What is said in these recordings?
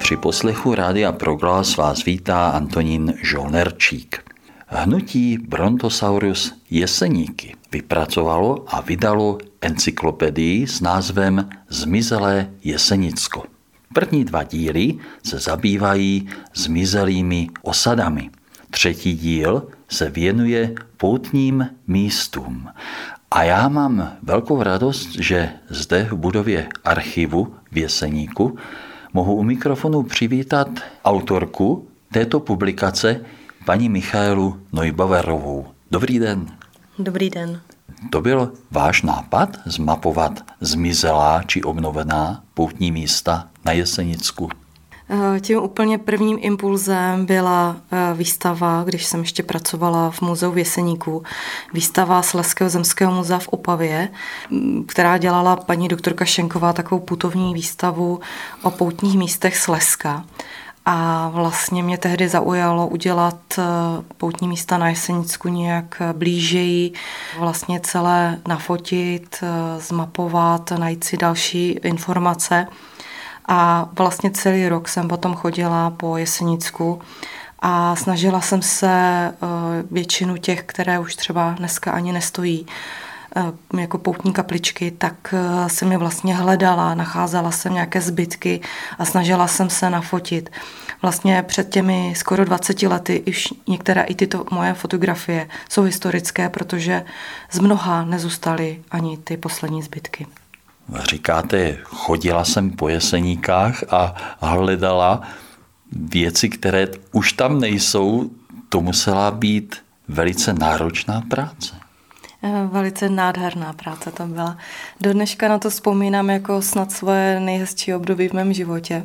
Při poslechu Rádia Proglas vás vítá Antonín Žolnerčík. Hnutí Brontosaurus Jeseníky vypracovalo a vydalo encyklopedii s názvem Zmizelé Jesenicko. První 2 díly se zabývají zmizelými osadami. 3. díl se věnuje poutním místům. A já mám velkou radost, že zde v budově archivu v Jeseníku mohu u mikrofonu přivítat autorku této publikace, paní Michaelu Neubauerovou. Dobrý den. Dobrý den. To byl váš nápad zmapovat zmizelá či obnovená poutní místa na Jesenicku? Tím úplně prvním impulzem byla výstava, když jsem ještě pracovala v muzeu v Jeseníku, výstava Slezského zemského muzea v Opavě, která dělala paní doktorka Šenková takovou putovní výstavu o poutních místech Slezska. A vlastně mě tehdy zaujalo udělat poutní místa na Jesenicku nějak blížeji, vlastně celé nafotit, zmapovat, najít si další informace. A vlastně celý rok jsem potom chodila po Jesenicku a snažila jsem se většinu těch, které už třeba dneska ani nestojí, jako poutní kapličky, tak jsem je vlastně hledala, nacházela jsem nějaké zbytky a snažila jsem se nafotit. Vlastně před těmi skoro 20 lety už některé i tyto moje fotografie jsou historické, protože z mnoha nezůstaly ani ty poslední zbytky. Říkáte, chodila jsem po Jeseníkách a hledala věci, které už tam nejsou. To musela být velice náročná práce. Velice nádherná práce to byla. Do dneška na to vzpomínám jako snad svoje nejhezčí období v mém životě,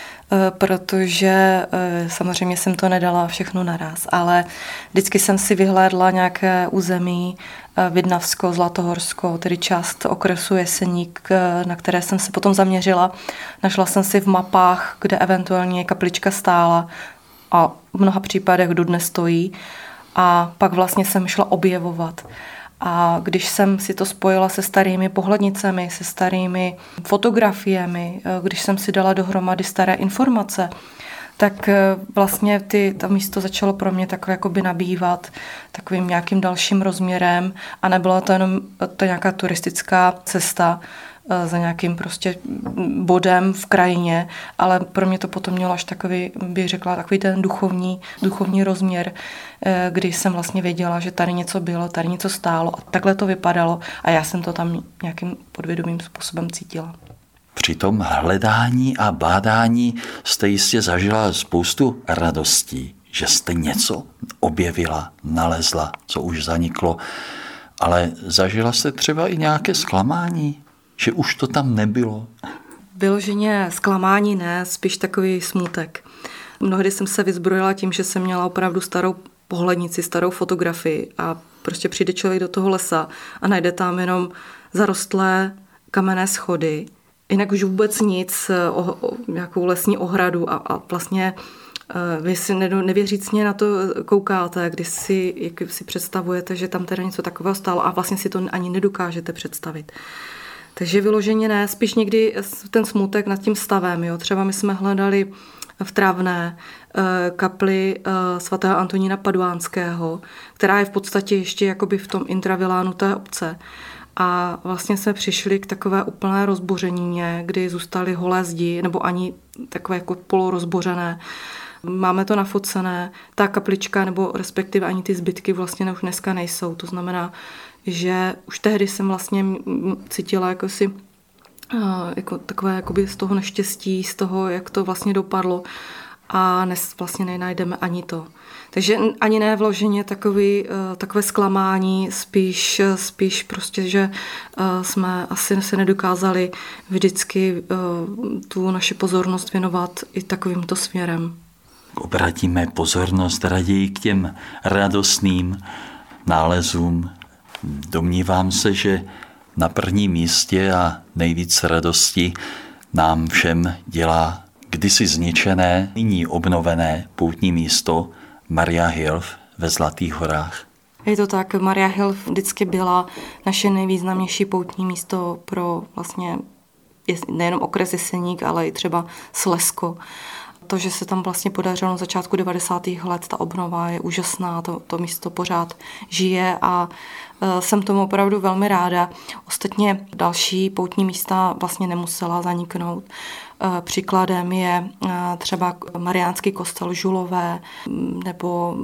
protože samozřejmě jsem to nedala všechno naraz, ale vždycky jsem si vyhlédla nějaké území, Vidnavsko, Zlatohorsko, tedy část okresu Jeseník, na které jsem se potom zaměřila. Našla jsem si v mapách, kde eventuálně kaplička stála a v mnoha případech dodnes stojí. A pak vlastně jsem šla objevovat. A když jsem si to spojila se starými pohlednicemi, se starými fotografiemi, když jsem si dala dohromady staré informace, tak vlastně to místo začalo pro mě takové jakoby nabývat takovým nějakým dalším rozměrem a nebyla to jenom nějaká turistická cesta za nějakým prostě bodem v krajině, ale pro mě to potom mělo až takový, bych řekla, takový ten duchovní rozměr, kdy jsem vlastně věděla, že tady něco bylo, tady něco stálo a takhle to vypadalo a já jsem to tam nějakým podvědomým způsobem cítila. Při tom hledání a bádání jste jistě zažila spoustu radostí, že jste něco objevila, nalezla, co už zaniklo, ale zažila jste třeba i nějaké zklamání, že už to tam nebylo? Vyloženě zklamání ne, spíš takový smutek. Mnohdy jsem se vyzbrojila tím, že jsem měla opravdu starou pohlednici, starou fotografii a prostě přijde člověk do toho lesa a najde tam jenom zarostlé kamenné schody, jinak už vůbec nic, nějakou lesní ohradu a vlastně vy si nevěřícně na to koukáte, když si představujete, že tam teda něco takového stálo a vlastně si to ani nedokážete představit. Takže vyloženě ne, spíš někdy ten smutek nad tím stavem. Jo. Třeba my jsme hledali v Travné kapli svatého Antonína Paduánského, která je v podstatě ještě jakoby v tom intravilánu té obce. A vlastně jsme přišli k takové úplné rozbořenině, kdy zůstaly holé zdi, nebo ani takové jako polorozbořené. Máme to nafocené, ta kaplička, nebo respektive ani ty zbytky vlastně už dneska nejsou. To znamená, že už tehdy jsem vlastně cítila jako takové jakoby z toho neštěstí, z toho, jak to vlastně dopadlo a dnes vlastně nenajdeme ani to. Takže ani ne vloženě takové zklamání, spíš prostě, že jsme asi se nedokázali vždycky tu naši pozornost věnovat i takovýmto směrem. Obratíme pozornost raději k těm radostným nálezům. Domnívám se, že na prvním místě a nejvíc radosti nám všem dělá kdysi zničené, nyní obnovené poutní místo Maria Hilf ve Zlatých horách. Je to tak, Maria Hilf vždycky byla naše nejvýznamnější poutní místo pro vlastně nejenom okres Jeseník, ale i třeba Slezsko. To, že se tam vlastně podařilo na začátku 90. let, ta obnova je úžasná, to místo pořád žije a jsem tomu opravdu velmi ráda. Ostatně další poutní místa vlastně nemusela zaniknout. Příkladem je třeba mariánský kostel Žulové nebo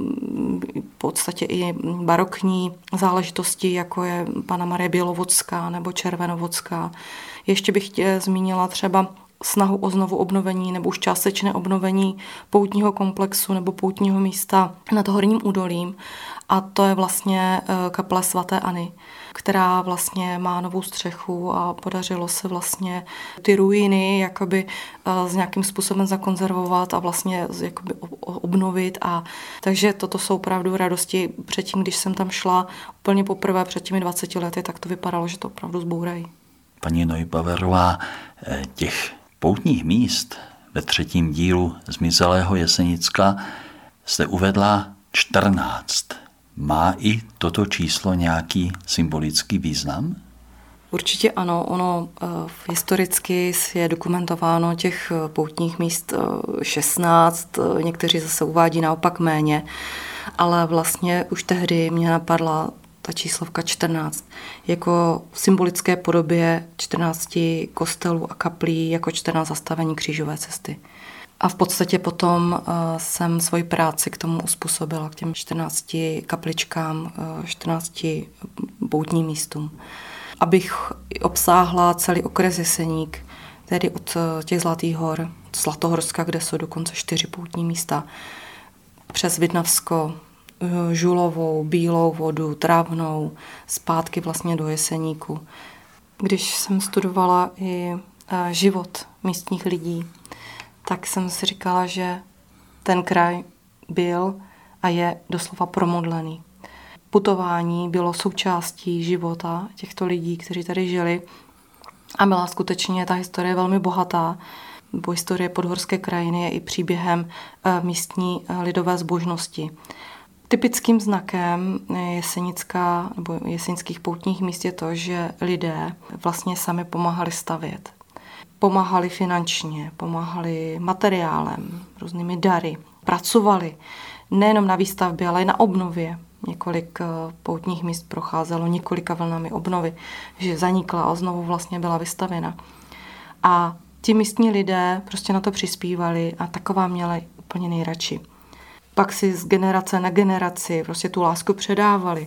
v podstatě i barokní záležitosti, jako je Panna Marie Bělovodská nebo Červenovodská. Ještě bych zmínila třeba snahu o znovu obnovení nebo už částečné obnovení poutního komplexu nebo poutního místa nad Horním údolím. A to je vlastně kaple svaté Anny, která vlastně má novou střechu a podařilo se vlastně ty ruiny jakoby s nějakým způsobem zakonzervovat a vlastně jakoby obnovit. A takže toto jsou opravdu radosti. Předtím, když jsem tam šla úplně poprvé před těmi 20 lety, tak to vypadalo, že to opravdu zbourají. Paní Neubauerová, těch poutních míst ve 3. dílu Zmizelého Jesenicka jste uvedla 14. Má i toto číslo nějaký symbolický význam? Určitě ano, ono historicky je dokumentováno těch poutních míst 16, někteří zase uvádí naopak méně, ale vlastně už tehdy mě napadla ta číslovka 14 jako v symbolické podobě 14 kostelů a kaplí, jako 14 zastavení křížové cesty. A v podstatě potom jsem svoji práci k tomu uspůsobila, k těm 14 kapličkám, 14 poutním místům. Abych obsáhla celý okres Jeseník, tedy od těch Zlatých hor, od Zlatohorska, kde jsou dokonce 4 poutní místa, přes Vidnavsko, Žulovou, Bílou vodu, Trávnou, zpátky vlastně do Jeseníku. Když jsem studovala i život místních lidí, tak jsem si říkala, že ten kraj byl a je doslova promodlený. Putování bylo součástí života těchto lidí, kteří tady žili a byla skutečně ta historie velmi bohatá. Bo historie podhorské krajiny je i příběhem místní lidové zbožnosti. Typickým znakem Jesenická nebo jesenických poutních míst je to, že lidé vlastně sami pomáhali stavět. Pomáhali finančně, pomáhali materiálem, různými dary, pracovali nejenom na výstavbě, ale i na obnově. Několik poutních míst procházelo několika vlnami obnovy, že zanikla a znovu vlastně byla vystavěna. A ti místní lidé prostě na to přispívali a taková měli úplně nejradši. Pak si z generace na generaci prostě tu lásku předávali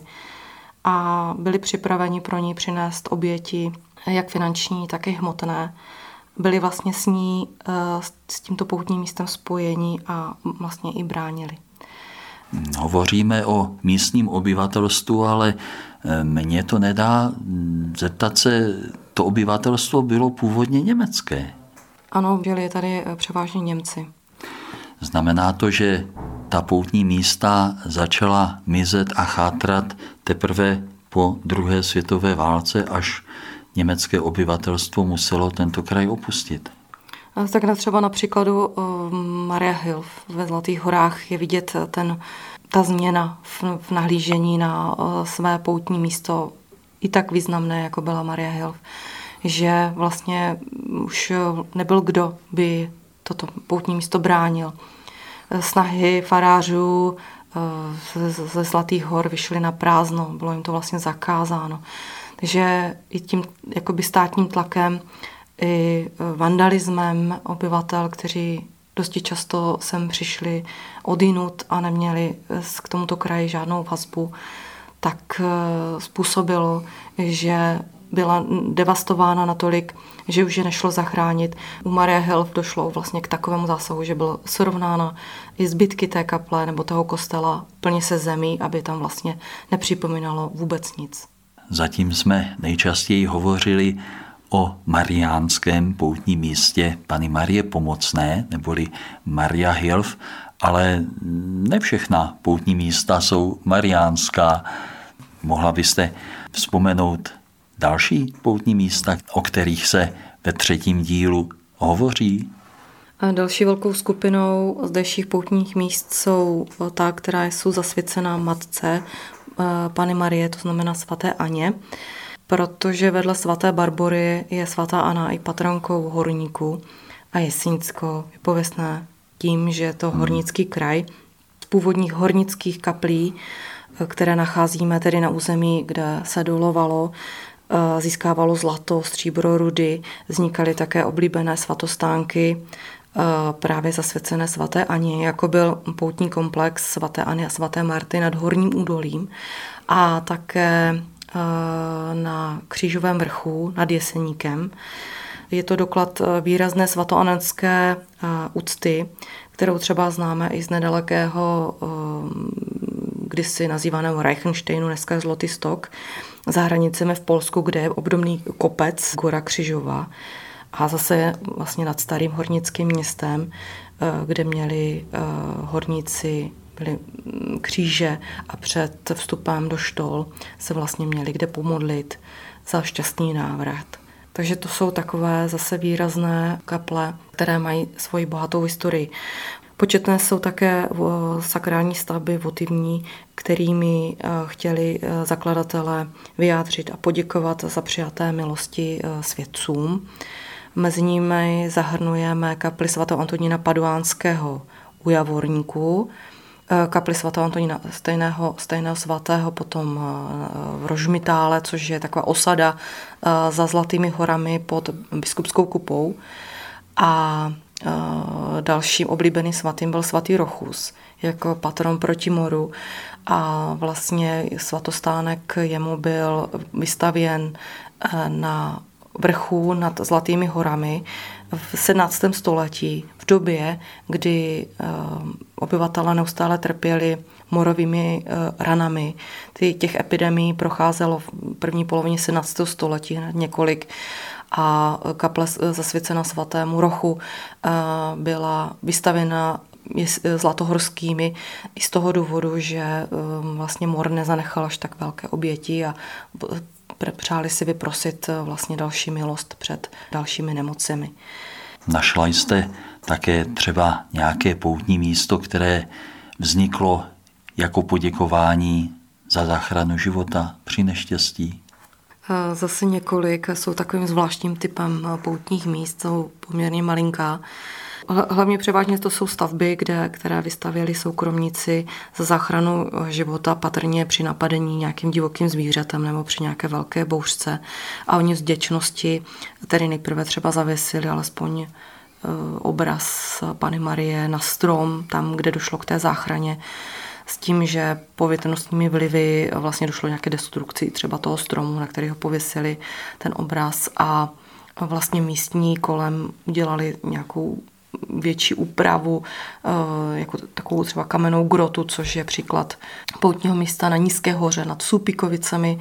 a byli připraveni pro ní přinést oběti, jak finanční, tak i hmotné. Byli vlastně s ní, s tímto poutním místem spojení a vlastně i bránili. Hovoříme o místním obyvatelstvu, ale mně to nedá zeptat se, to obyvatelstvo bylo původně německé. Ano, byli tady převážně Němci. Znamená to, že ta poutní místa začala mizet a chátrat teprve po druhé světové válce, až německé obyvatelstvo muselo tento kraj opustit. Tak třeba na příkladu Mariahilf ve Zlatých horách je vidět ta změna v nahlížení na své poutní místo i tak významné, jako byla Mariahilf, že vlastně už nebyl kdo by toto poutní místo bránil. Snahy farářů ze Zlatých hor vyšly na prázdno, bylo jim to vlastně zakázáno. Takže i tím jakoby státním tlakem, i vandalismem obyvatel, kteří dosti často sem přišli odjinud a neměli k tomuto kraji žádnou vazbu, tak způsobilo, že byla devastována natolik, že už je nešlo zachránit. U Mariahilf došlo vlastně k takovému zásahu, že bylo srovnána i zbytky té kaple nebo toho kostela plně se zemí, aby tam vlastně nepřipomínalo vůbec nic. Zatím jsme nejčastěji hovořili o mariánském poutním místě Panny Marie Pomocné, neboli Mariahilf, ale ne všechna poutní místa jsou mariánská. Mohla byste vzpomenout další poutní místa, o kterých se ve 3. dílu hovoří? A další velkou skupinou zdejších poutních míst jsou ta, která jsou zasvěcená matce Panny Marie, to znamená svaté Aně, protože vedle svaté Barbory je svatá Anna i patronkou horníků a Jesenicko je pověstné tím, že je to hornický kraj. Z původních hornických kaplí, které nacházíme tedy na území, kde se dolovalo, získávalo zlato, stříbro, rudy, vznikaly také oblíbené svatostánky, právě zasvěcené svaté Ani, jako byl poutní komplex svaté Ani a svaté Marty nad Horním údolím a také na Křížovém vrchu nad Jeseníkem. Je to doklad výrazné svatoanenské úcty, kterou třeba známe i z nedalekého, kdysi nazývaného Reichensteinu, dneska je Zlatý Stok, za hranicemi v Polsku, kde je obdobný kopec Gora Křižová a zase vlastně nad starým hornickým městem, kde měli horníci byly kříže a před vstupem do štol se vlastně měli kde pomodlit za šťastný návrat. Takže to jsou takové zase výrazné kaple, které mají svoji bohatou historii. Početné jsou také sakrální stavby votivní, kterými chtěli zakladatelé vyjádřit a poděkovat za přijaté milosti svědcům. Mezi nimi zahrnujeme kapli svatého Antonína Paduánského u Javorníku, kapli svatého Antonína stejného svatého potom v Rožmitále, což je taková osada za Zlatými horami pod Biskupskou kupou. A dalším oblíbeným svatým byl svatý Rochus jako patron proti moru a vlastně svatostánek jemu byl vystavěn na vrchu nad Zlatými horami v 17. století, v době, kdy obyvatelé neustále trpěli morovými ranami. Těch epidemií procházelo v první polovině 17. století několik a kaple zasvěcená svatému Rochu byla vystavěna zlatohorskými i z toho důvodu, že vlastně mor nezanechal až tak velké oběti a přáli si vyprosit vlastně další milost před dalšími nemocemi. Našla jste také třeba nějaké poutní místo, které vzniklo jako poděkování za záchranu života při neštěstí? Zase několik jsou takovým zvláštním typem poutních míst, jsou poměrně malinká. Hlavně převážně to jsou stavby, které vystavěli soukromníci za záchranu života, patrně při napadení nějakým divokým zvířetem nebo při nějaké velké bouřce. A oni z vděčnosti tedy nejprve třeba zavěsili alespoň obraz Panny Marie na strom, tam, kde došlo k té záchraně, s tím, že povětrnostními vlivy vlastně došlo nějaké destrukci třeba toho stromu, na který ho pověsili ten obraz a vlastně místní kolem udělali nějakou větší úpravu, jako takovou třeba kamennou grotu, což je příklad poutního místa na Nízké hoře nad Supikovicemi.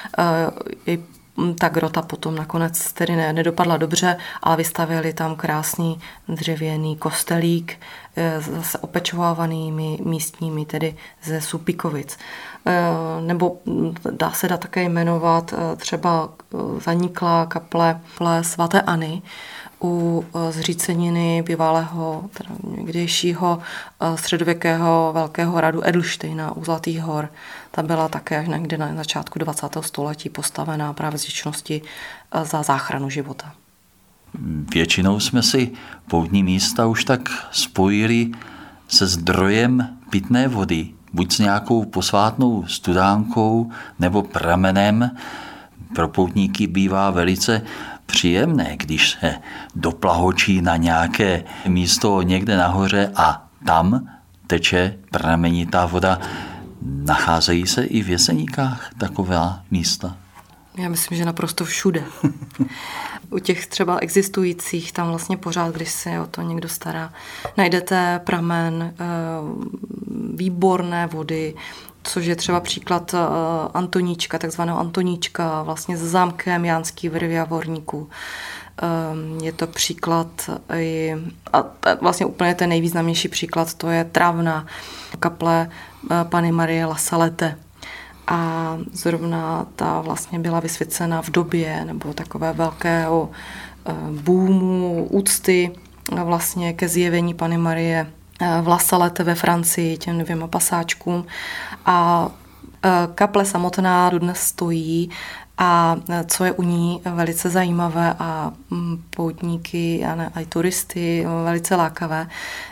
Ta grota potom nakonec tedy nedopadla dobře, ale vystavěli tam krásný dřevěný kostelík zase opečovávanými místními, tedy ze Supikovic. Nebo dá se také jmenovat třeba zaniklá kaple svaté Any u zříceniny bývalého, teda někdejšího středověkého velkého hradu Edelsteina u Zlatých hor. Ta byla také až někde na začátku 20. století postavená právě z vděčnosti za záchranu života. Většinou jsme si poutní místa už tak spojili se zdrojem pitné vody, buď s nějakou posvátnou studánkou nebo pramenem. Pro poutníky bývá velice příjemné, když se doplahočí na nějaké místo někde nahoře a tam teče pramenitá voda. Nacházejí se i v Jeseníkách taková místa? Já myslím, že naprosto všude. U těch třeba existujících tam vlastně pořád, když se o to někdo stará, najdete pramen výborné vody, což je třeba příklad Antoníčka, takzvaného Antoníčka, vlastně s zámkem Jánský vrch v Javorníku. Je to příklad a vlastně úplně ten nejvýznamnější příklad, to je Travna, kaple Panny Marie La Salette. A zrovna ta vlastně byla vysvěcena v době nebo takové velkého boomu úcty vlastně ke zjevení Panny Marie v La Salette ve Francii, těm 2 pasáčkům. A kaple samotná dodnes stojí a co je u ní velice zajímavé a poutníky a i turisty velice lákavé,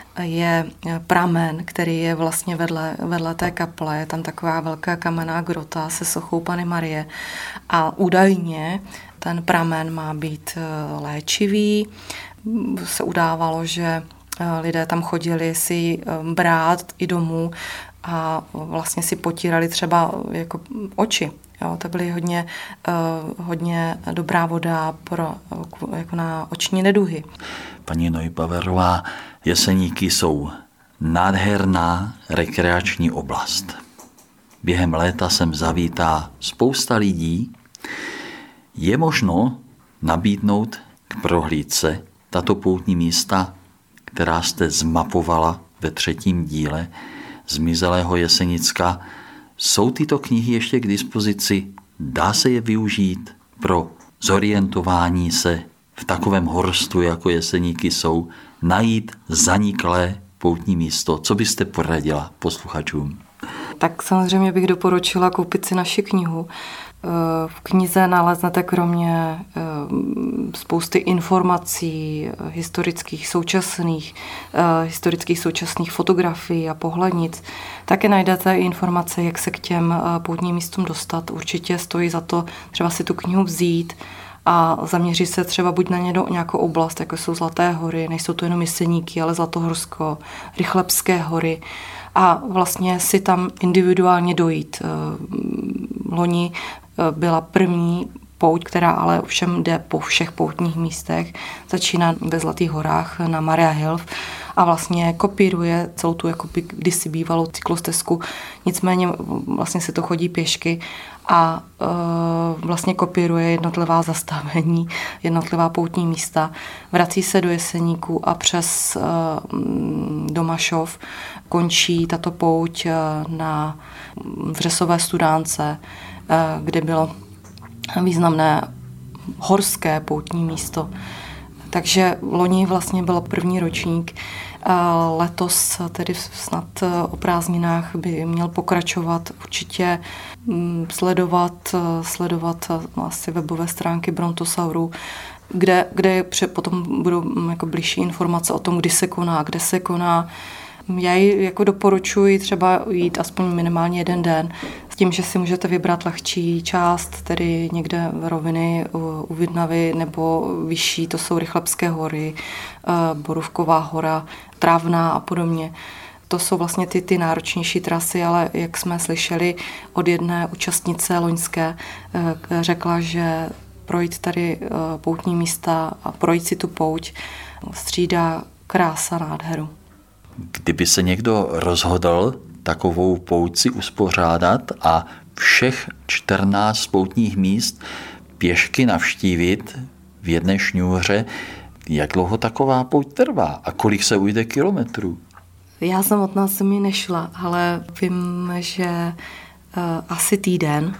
je pramen, který je vlastně vedle té kaple. Je tam taková velká kamenná grota se sochou Panny Marie a údajně ten pramen má být léčivý. Se udávalo, že lidé tam chodili si brát i domů a vlastně si potírali třeba jako oči. Jo, to byly hodně dobrá voda jako na oční neduhy. Paní Neubauerová, Jeseníky jsou nádherná rekreační oblast. Během léta sem zavítá spousta lidí. Je možno nabídnout k prohlídce tato poutní místa, která jste zmapovala ve 3. díle Zmizelého Jesenicka. Jsou tyto knihy ještě k dispozici? Dá se je využít pro zorientování se v takovém horstvu, jako Jeseníky jsou, najít zaniklé poutní místo? Co byste poradila posluchačům? Tak samozřejmě bych doporučila koupit si naši knihu. V knize naleznete kromě spousty informací historických současných fotografií a pohlednic. Také najdete informace, jak se k těm poutním místům dostat. Určitě stojí za to třeba si tu knihu vzít a zaměřit se třeba buď na nějakou oblast, jako jsou Zlaté hory, nejsou to jenom Jeseníky, ale Zlatohorsko, Rychlebské hory, a vlastně si tam individuálně dojít. Loni byla první pouť, která ale ovšem jde po všech poutních místech. Začíná ve Zlatých horách na Mariahilf a vlastně kopíruje celou tu jakoby kdysi bývalou cyklostezku. Nicméně vlastně se to chodí pěšky a vlastně kopíruje jednotlivá zastavení, jednotlivá poutní místa. Vrací se do Jeseníků a přes Domašov končí tato pouť na Vřesové Studánce, kde bylo významné horské poutní místo. Takže loni vlastně byl první ročník. Letos tedy snad o prázdninách by měl pokračovat. Určitě sledovat asi webové stránky Brontosauru, kde potom budou jako bližší informace o tom, kdy se koná, kde se koná. Já ji jako doporučuji třeba jít aspoň minimálně jeden den, s tím, že si můžete vybrat lehčí část, tedy někde roviny u Vidnavy nebo vyšší, to jsou Rychlebské hory, Borůvková hora, Trávná a podobně. To jsou vlastně ty náročnější trasy, ale jak jsme slyšeli od jedné účastnice loňské, řekla, že projít tady poutní místa a projít si tu pouť střídá krása nádheru. Kdyby se někdo rozhodl takovou pouť si uspořádat a všech 14 poutních míst pěšky navštívit v jedné šňůře, jak dlouho taková pouť trvá a kolik se ujde kilometrů? Já samotná jsem ji nešla, ale vím, že asi týden.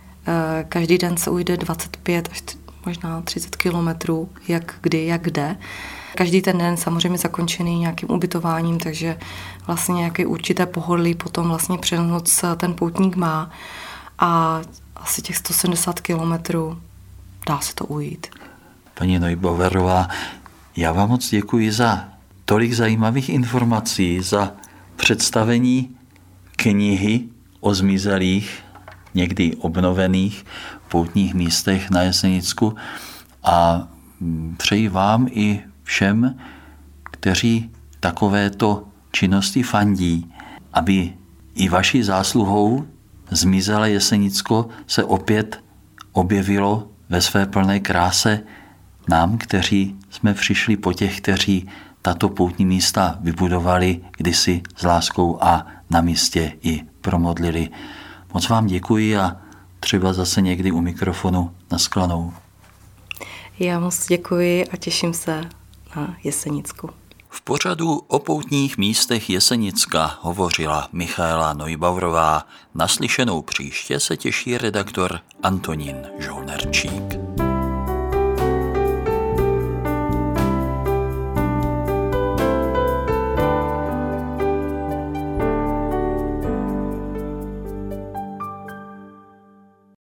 Každý den se ujde 25 až možná 30 kilometrů, jak kdy, jak kde. Každý ten den samozřejmě zakončený nějakým ubytováním, takže vlastně nějaké určité pohodlí potom vlastně přes noc ten poutník má a asi těch 170 kilometrů dá se to ujít. Paní Neubauerová, já vám moc děkuji za tolik zajímavých informací, za představení knihy o zmizelých, někdy obnovených poutních místech na Jesenicku a přeji vám i všem, kteří takovéto činnosti fandí, aby i vaší zásluhou Zmizelé Jesenicko se opět objevilo ve své plné kráse nám, kteří jsme přišli po těch, kteří tato poutní místa vybudovali kdysi s láskou a na místě i promodlili. Moc vám děkuji a třeba zase někdy u mikrofonu nashledanou. Já moc děkuji a těším se na Jesenicku. V pořadu o poutních místech Jesenicka hovořila Michaela Neubauerová. Naslyšenou příště se těší redaktor Antonín Žolnerčík.